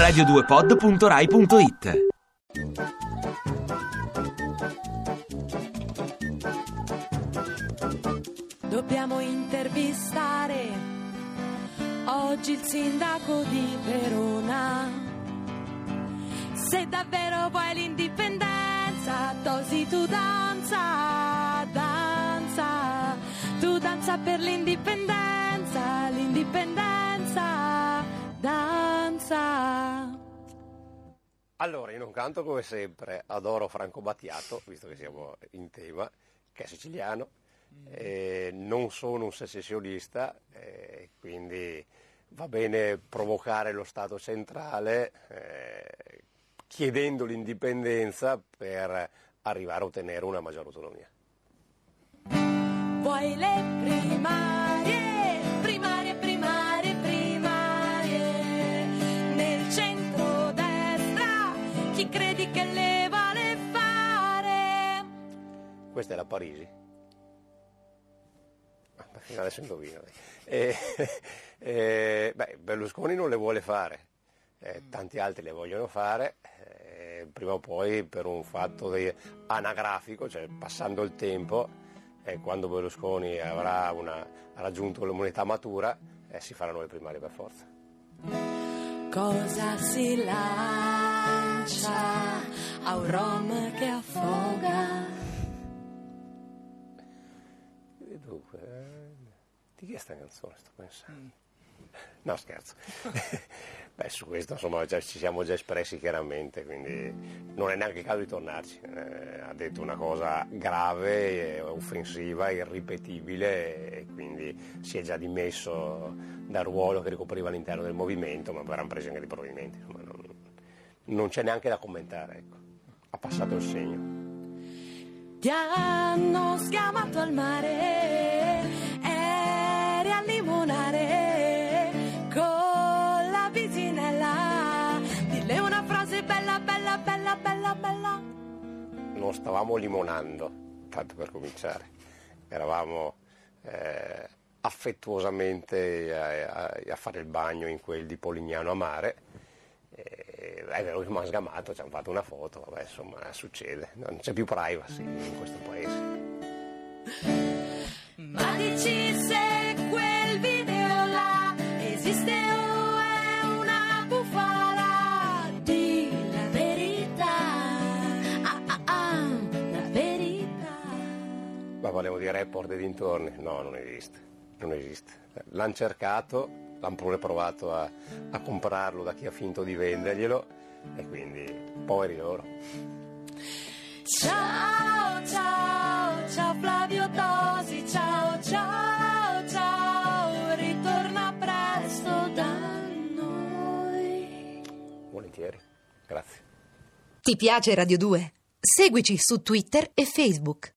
radio2pod.rai.it. Dobbiamo intervistare oggi il sindaco di Verona. Se davvero vuoi l'indipendenza, Tosi, tu danza, danza, tu danza per l'indipendenza, l'indipendenza, danza. Allora, io non canto come sempre, adoro Franco Battiato, visto che siamo in tema, che è siciliano. Non sono un secessionista, quindi va bene provocare lo Stato centrale chiedendo l'indipendenza per arrivare a ottenere una maggiore autonomia. Vuoi le primarie, primarie, primarie, primarie, nel centro-destra, chi credi che le vuole fare? Questa è la Parisi. Fino adesso indovino. Berlusconi non le vuole fare, tanti altri le vogliono fare, prima o poi per un fatto anagrafico, cioè passando il tempo, quando Berlusconi avrà raggiunto l'immunità matura, si faranno le primarie per forza. Cosa si lancia a un rom che affoga? Dunque, di chi è sta canzone sto pensando? No, scherzo. Su questo insomma ci siamo già espressi chiaramente, quindi non è neanche il caso di tornarci. Ha detto una cosa grave, offensiva, irripetibile, e quindi si è già dimesso dal ruolo che ricopriva all'interno del movimento, ma verranno presi anche dei provvedimenti. Insomma, non c'è neanche da commentare, ecco. Ha passato il segno. Ti hanno schiamato al mare, eri a limonare con la vicinella, dille una frase bella, bella, bella, bella, bella. Non stavamo limonando, tanto per cominciare, eravamo affettuosamente a fare il bagno in quel di Polignano a mare. È vero che mi hanno sgamato, ci hanno fatto una foto, vabbè, insomma, succede, non c'è più privacy in questo paese. Ma dici se quel video là esiste o è una bufala? Di la verità, la verità. Ma volevo dire report dei dintorni? No, non esiste. L'hanno cercato, l'hanno pure provato a comprarlo da chi ha finto di venderglielo, e quindi poveri loro. Ciao, ciao, ciao Flavio Tosi, ciao, ciao, ciao, ritorna presto da noi. Volentieri, grazie. Ti piace Radio 2? Seguici su Twitter e Facebook.